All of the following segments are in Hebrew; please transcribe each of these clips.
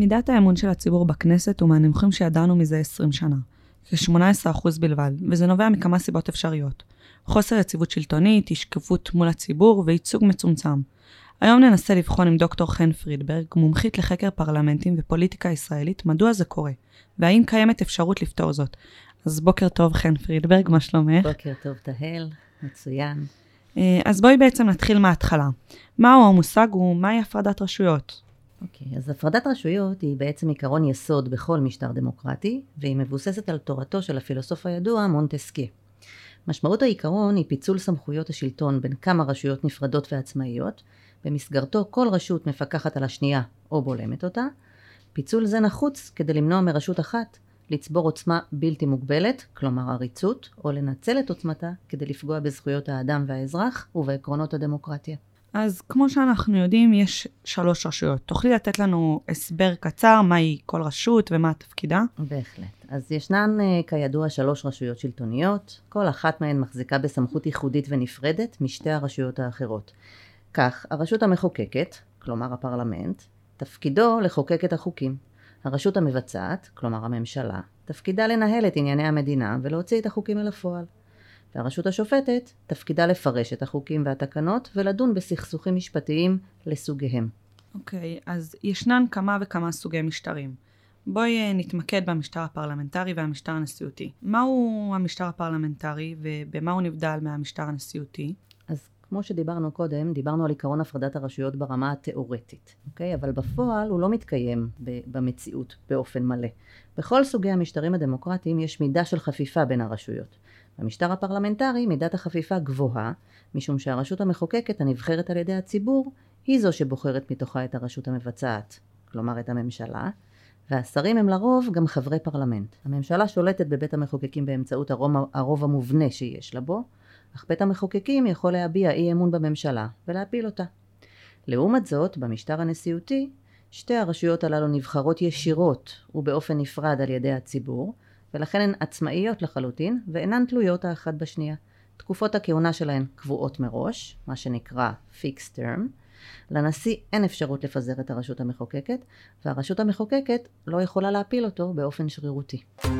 מידת האמון של הציבור בכנסת הוא מהנמוכים שידענו מזה 20 שנה, כ-18% בלבד, וזה נובע מכמה סיבות אפשריות. חוסר יציבות שלטונית, השקפות מול הציבור וייצוג מצומצם. היום ננסה לבחון עם דוקטור חן פרידברג, מומחית לחקר פרלמנטים ופוליטיקה ישראלית, מדוע זה קורה, והאם קיימת אפשרות לפתור זאת. אז בוקר טוב חן פרידברג, מה שלומך? בוקר טוב תהל, מצוין. אז בואי בעצם נתחיל מההתחלה. מהו המושג ומהי הפרדת רשויות? אוקיי, אז הפרדת רשויות היא בעצם עיקרון יסוד בכל משטר דמוקרטי, והיא מבוססת על תורתו של הפילוסוף הידוע מונטסקיה. משמעות העיקרון היא פיצול סמכויות השלטון בין כמה רשויות נפרדות ועצמאיות, במסגרתו כל רשות מפקחת על השנייה או בולמת אותה. פיצול זה נחוץ כדי למנוע מרשות אחת לצבור עוצמה בלתי מוגבלת, כלומר עריצות, או לנצל את עוצמתה כדי לפגוע בזכויות האדם והאזרח ובעקרונות הדמוקרטיה. אז כמו שאנחנו יודעים, יש 3 רשויות. תוכלי לתת לנו הסבר קצר מהי כל רשות ומה תפקידה? בהחלט. אז ישנן כידוע 3 רשויות שלטוניות, כל אחת מהן מחזיקה בסמכות ייחודית ונפרדת משתי הרשויות האחרות. כך, הרשות המחוקקת, כלומר הפרלמנט, תפקידו לחוקק את החוקים. הרשות המבצעת, כלומר הממשלה, תפקידה לנהל את ענייני המדינה ולהוציא את החוקים אל הפועל. והרשות השופטת תפקידה לפרש את החוקים והתקנות ולדון בסכסוכים משפטיים לסוגיהם. אוקיי, אז ישנן כמה וכמה סוגי משטרים. בואי נתמקד במשטר הפרלמנטרי והמשטר הנשיאותי. מהו המשטר הפרלמנטרי ובמה הוא נבדל מהמשטר הנשיאותי? אז כמו שדיברנו קודם, דיברנו על עיקרון הפרדת הרשויות ברמה התיאורטית, אוקיי? אבל בפועל הוא לא מתקיים במציאות באופן מלא. בכל סוגי המשטרים הדמוקרטיים יש מידה של חפיפה בין הרשויות. במשטר הפרלמנטרי מידת החפיפה גבוהה, משום שהרשות המחוקקת הנבחרת על ידי הציבור היא זו שבוחרת מתוכה את הרשות המבצעת, כלומר את הממשלה, והשרים הם לרוב גם חברי פרלמנט. הממשלה שולטת בבית המחוקקים באמצעות הרוב המובנה שיש לה בו, אך בית המחוקקים יכול להביע אי אמון בממשלה ולהפיל אותה. לעומת זאת, במשטר הנשיאותי, שתי הרשויות הללו נבחרות ישירות ובאופן נפרד על ידי הציבור, ולכן הן עצמאיות לחלוטין ואינן תלויות האחת בשנייה. תקופות הכהונה שלהן קבועות מראש, מה שנקרא fixed term. לנשיא אין אפשרות לפזר את הרשות המחוקקת, והרשות המחוקקת לא יכולה להפיל אותו באופן שרירותי.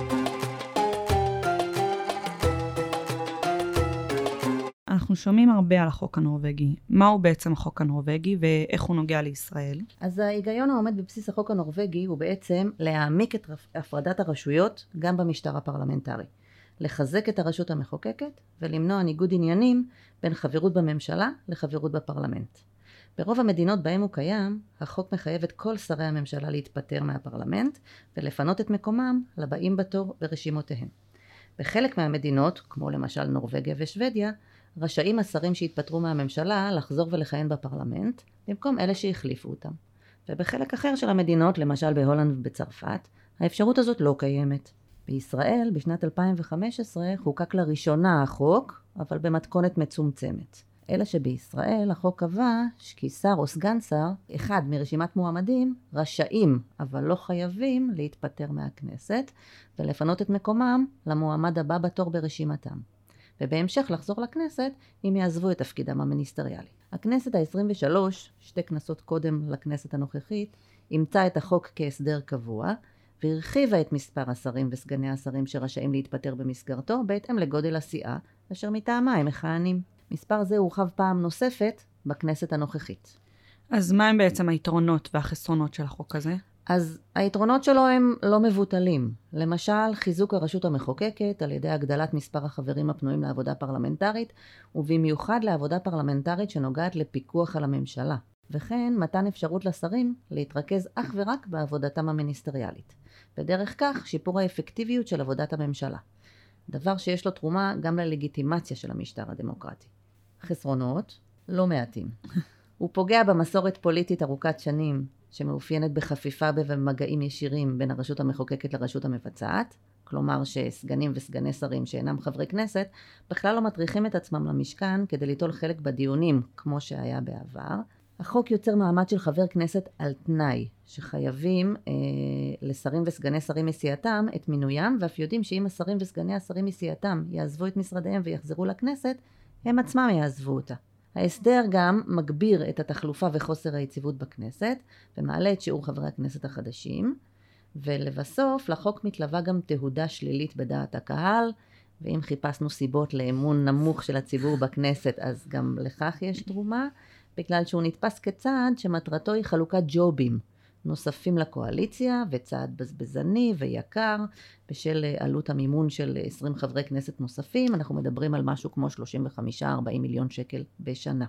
אנחנו שומעים הרבה על החוק הנורווגי. מהו בעצם החוק הנורווגי ואיך הוא נוגע לישראל? אז ההיגיון העומד בבסיס החוק הנורווגי הוא בעצם להעמיק את הפרדת הרשויות גם במשטר הפרלמנטרי. לחזק את הרשות המחוקקת ולמנוע ניגוד עניינים בין חברות בממשלה לחברות בפרלמנט. ברוב המדינות בהם הוא קיים, החוק מחייב את כל שרי הממשלה להתפטר מהפרלמנט ולפנות את מקומם לבאים בתור ברשימותיהם. בחלק מהמדינות, כמו למשל נורווגיה ושוודיה, רשאים השרים שהתפטרו מהממשלה לחזור ולכהן בפרלמנט, במקום אלה שהחליפו אותם. ובחלק אחר של המדינות, למשל בהולנד ובצרפת, האפשרות הזאת לא קיימת. בישראל, בשנת 2015, חוקק לראשונה החוק, אבל במתכונת מצומצמת. אלא שבישראל החוק קבע כי שר או סגן שר, אחד מרשימת מועמדים, רשאים, אבל לא חייבים להתפטר מהכנסת, ולפנות את מקומם למועמד הבא בתור ברשימתם. ובהמשך לחזור לכנסת אם יעזבו את תפקידם המיניסטריאלי. הכנסת ה-23, 2 כנסות קודם לכנסת הנוכחית, אימצה את החוק כהסדר קבוע, והרחיבה את מספר השרים וסגני השרים שרשאים להתפטר במסגרתו, בהתאם לגודל הסיעה, אשר מטעמה הם מכהנים. מספר זה הורחב פעם נוספת בכנסת הנוכחית. אז מה הם בעצם היתרונות והחסרונות של החוק הזה? אז היתרונות שלו הם לא מבוטלים. למשל, חיזוק הרשות המחוקקת על ידי הגדלת מספר החברים הפנויים לעבודה פרלמנטרית, ובמיוחד לעבודה פרלמנטרית שנוגעת לפיקוח על הממשלה. וכן, מתן אפשרות לשרים להתרכז אך ורק בעבודתם המיניסטריאלית. בדרך כך, שיפור האפקטיביות של עבודת הממשלה. דבר שיש לו תרומה גם ללגיטימציה של המשטר הדמוקרטי. חסרונות, לא מעטים. הוא פוגע במסורת פוליטית ארוכת שנים, שמאופיינת בחפיפה ובמגעים ישירים בין הרשות המחוקקת לרשות המבצעת, כלומר שסגנים וסגני שרים שאינם חברי כנסת, בכלל לא מטריחים את עצמם למשכן כדי ליטול חלק בדיונים כמו שהיה בעבר. החוק יוצר מעמד של חבר כנסת על תנאי, שחייבים לשרים וסגני שרים מסיעתם את מינוים, ואף יודעים שאם השרים וסגני השרים מסיעתם יעזבו את משרדיהם ויחזרו לכנסת, הם עצמם יעזבו אותה. ההסדר גם מגביר את התחלופה וחוסר היציבות בכנסת, ומעלה את שיעור חברי הכנסת החדשים, ולבסוף לחוק מתלווה גם תהודה שלילית בדעת הקהל, ואם חיפשנו סיבות לאמון נמוך של הציבור בכנסת, אז גם לכך יש תרומה, בגלל שהוא נתפס כצעד שמטרתו היא חלוקת ג'ובים נוספים לקואליציה, וצעד בזבזני ויקר, בשל עלות המימון של 20 חברי כנסת נוספים, אנחנו מדברים על משהו כמו 35-40 מיליון שקל בשנה.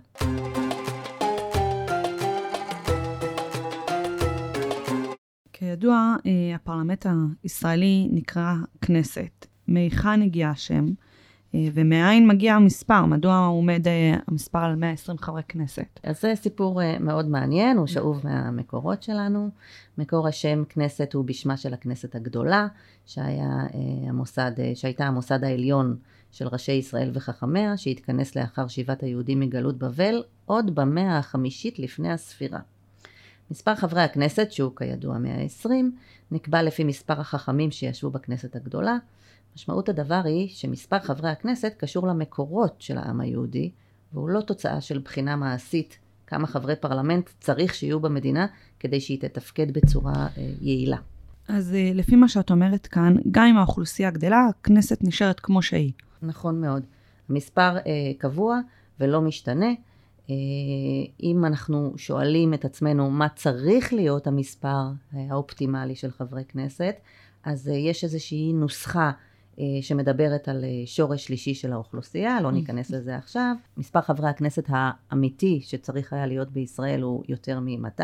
כידוע, הפרלמנט הישראלי נקרא כנסת. מהיכן הגיע השם, ומאין מגיע המספר? מדוע עומד המספר על 120 חברי כנסת? אז זה סיפור מאוד מעניין, הוא שאוב מהמקורות שלנו. מקור השם כנסת הוא בשמה של הכנסת הגדולה, שהייתה המוסד העליון של ראשי ישראל וחכמיה, שהתכנס לאחר שיבת היהודים מגלות בבל, עוד במאה החמישית לפני הספירה. מספר חברי הכנסת, שהוא כידוע 120, נקבע לפי מספר החכמים שישבו בכנסת הגדולה. משמעות הדבר היא שמספר חברי הכנסת קשור למקורות של העם היהודי, והוא לא תוצאה של בחינה מעשית כמה חברי פרלמנט צריך שיהיו במדינה כדי שהיא תתפקד בצורה יעילה. אז לפי מה שאת אומרת כאן, גם אם האוכלוסייה גדלה, הכנסת נשארת כמו שהיא. נכון מאוד. המספר קבוע ולא משתנה. אם אנחנו שואלים את עצמנו מה צריך להיות המספר האופטימלי של חברי כנסת, אז יש איזושהי נוסחה שמדברת על שורש שלישי של האוכלוסייה, לא ניכנס לזה עכשיו. מספר חברי הכנסת האמיתי שצריך היה להיות בישראל הוא יותר מ-200.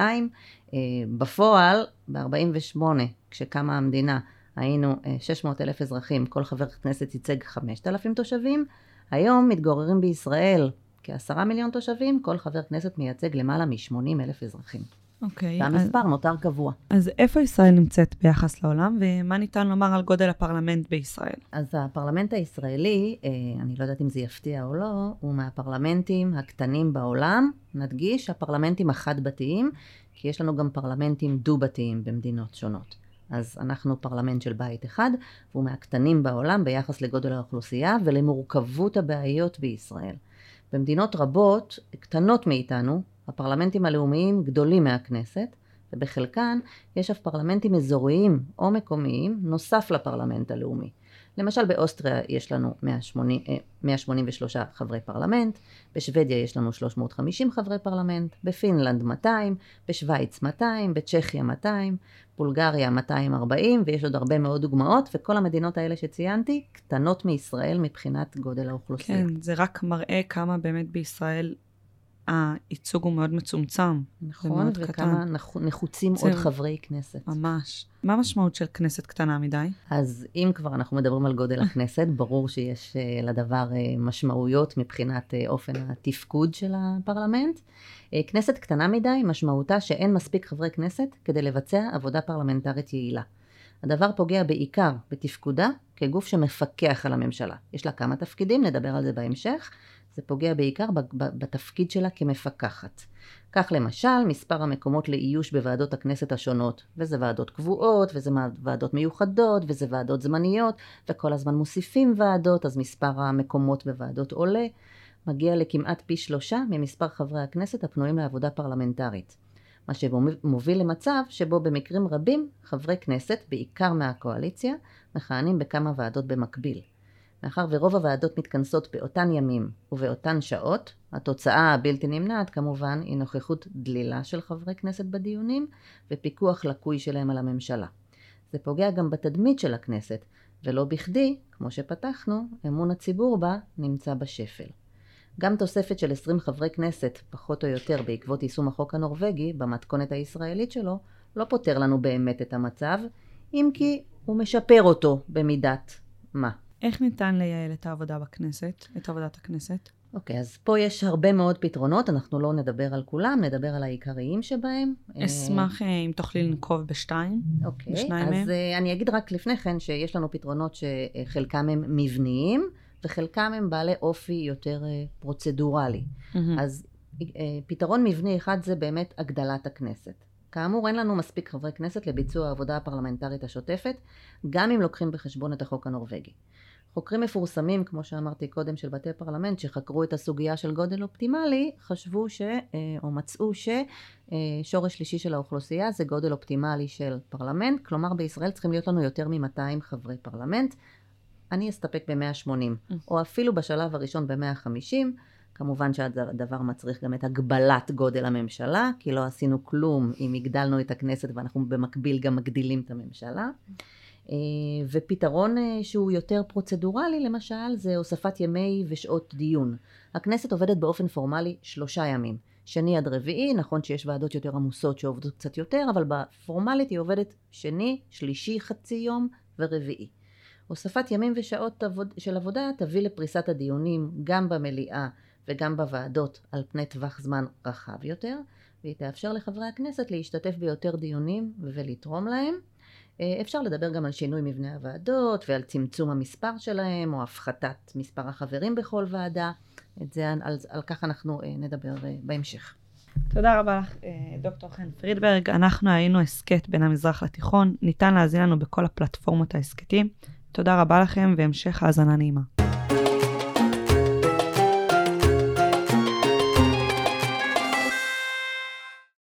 בפועל, ב-48, כשקמה המדינה, היינו 600,000 אזרחים, כל חבר כנסת ייצג 5,000 תושבים. היום מתגוררים בישראל כ10 מיליון תושבים, כל חבר כנסת מייצג למעלה מ80,000 אזרחים. אוקיי. והמספר נותר קבוע. אז איפה ישראל נמצאת ביחס לעולם, ומה ניתן לומר על גודל הפרלמנט בישראל? אז הפרלמנט הישראלי, אני לא יודעת אם זה יפתיע או לא, הוא מהפרלמנטים הקטנים בעולם. נדגיש, הפרלמנטים החד-בתיים, כי יש לנו גם פרלמנטים דו-בתיים במדינות שונות. אז אנחנו פרלמנט של בית אחד, והוא מהקטנים בעולם ביחס לגודל האוכלוסייה ולמורכבות הבעיות בישראל. במדינות רבות, קטנות מאיתנו, הפרלמנטים הלאומיים גדולים מהכנסת, ובחלקן יש אף פרלמנטים אזוריים או מקומיים נוסף לפרלמנט הלאומי. למשל באוסטריה יש לנו 183 חברי פרלמנט, בשוודיה יש לנו 350 חברי פרלמנט, בפינלנד 200, בשוויץ 200, בצ'כיה 200, בולגריה 240, ויש עוד הרבה מאוד דוגמאות, וכל המדינות האלה שציינתי קטנות מישראל מבחינת גודל האוכלוסייה. כן, זה רק מראה כמה באמת בישראל הייצוג הוא מאוד מצומצם. נכון, וכמה נחוצים עוד חברי כנסת. ממש. מה המשמעות של כנסת קטנה מדי? אז אם כבר אנחנו מדברים על גודל הכנסת, ברור שיש לדבר משמעויות מבחינת אופן התפקוד של הפרלמנט. כנסת קטנה מדי משמעותה שאין מספיק חברי כנסת כדי לבצע עבודה פרלמנטרית יעילה. הדבר פוגע בעיקר בתפקודה כגוף שמפקח על הממשלה. יש לה כמה תפקידים, נדבר על זה בהמשך. זה פוגע בעיקר בתפקיד שלה כמפקחת. כך למשל, מספר המקומות לאיוש בוועדות הכנסת השונות, וזה ועדות קבועות, וזה ועדות מיוחדות, וזה ועדות זמניות, וכל הזמן מוסיפים ועדות, אז מספר המקומות בוועדות עולה, מגיע לכמעט פי 3 ממספר חברי הכנסת הפנויים לעבודה פרלמנטרית. מה שמוביל למצב שבו במקרים רבים חברי כנסת, בעיקר מהקואליציה, מכהנים בכמה ועדות במקביל. מאחר ורוב הוועדות מתכנסות באותן ימים ובאותן שעות, התוצאה הבלתי נמנעת כמובן היא נוכחות דלילה של חברי כנסת בדיונים ופיקוח לקוי שלהם על הממשלה. זה פוגע גם בתדמית של הכנסת, ולא בכדי, כמו שפתחנו, אמון הציבור בה נמצא בשפל. גם תוספת של 20 חברי כנסת, פחות או יותר בעקבות יישום החוק הנורווגי, במתכונת הישראלית שלו, לא פותר לנו באמת את המצב, אם כי הוא משפר אותו במידת מה. איך ניתן לייעל את העבודה בכנסת, את עבודת הכנסת? אוקיי, אז פה יש הרבה מאוד פתרונות, אנחנו לא נדבר על כולם, נדבר על העיקריים שבהם. אשמח אם תוכלי לנקוב בשניים. אוקיי, אז אני אגיד רק לפני כן שיש לנו פתרונות שחלקם הם מבניים, וחלקם הם בעלי אופי יותר פרוצדורלי. אז פתרון מבני אחד זה באמת הגדלת הכנסת. כאמור, אין לנו מספיק חברי כנסת לביצוע העבודה הפרלמנטרית השוטפת, גם אם לוקחים בחשבון את החוק הנורווגי. חוקרים מפורסמים, כמו שאמרתי קודם, של בתי פרלמנט, שחקרו את הסוגיה של גודל אופטימלי, חשבו או מצאו ששורש שלישי של האוכלוסייה זה גודל אופטימלי של פרלמנט, כלומר בישראל צריכים להיות לנו יותר מ-200 חברי פרלמנט, אני אסתפק ב-180, או אפילו בשלב הראשון ב-150, כמובן שהדבר מצריך גם את הגבלת גודל הממשלה, כי לא עשינו כלום אם הגדלנו את הכנסת ואנחנו במקביל גם מגדילים את הממשלה. ופתרון שהוא יותר פרוצדורלי למשל זה הוספת ימי ושעות דיון. הכנסת עובדת באופן פורמלי 3 ימים, שני עד רביעי, נכון שיש ועדות יותר עמוסות שעובדות קצת יותר, אבל בפורמלית היא עובדת שני, שלישי חצי יום ורביעי. הוספת ימים ושעות של עבודה תביא לפריסת הדיונים גם במליאה וגם בוועדות על פני טווח זמן רחב יותר, והיא תאפשר לחברי הכנסת להשתתף ביותר דיונים ולתרום להם. אפשר לדבר גם על שינוי מבנה הוועדות ועל צמצום המספר שלהם או הפחתת מספר החברים בכל ועדה. על כך אנחנו נדבר בהמשך. תודה רבה לך, דוקטור חן פרידברג. אנחנו היינו הסקט בין המזרח לתיכון. ניתן להזין לנו בכל הפלטפורמות העסקתיים. תודה רבה לכם והמשך האזנה נעימה.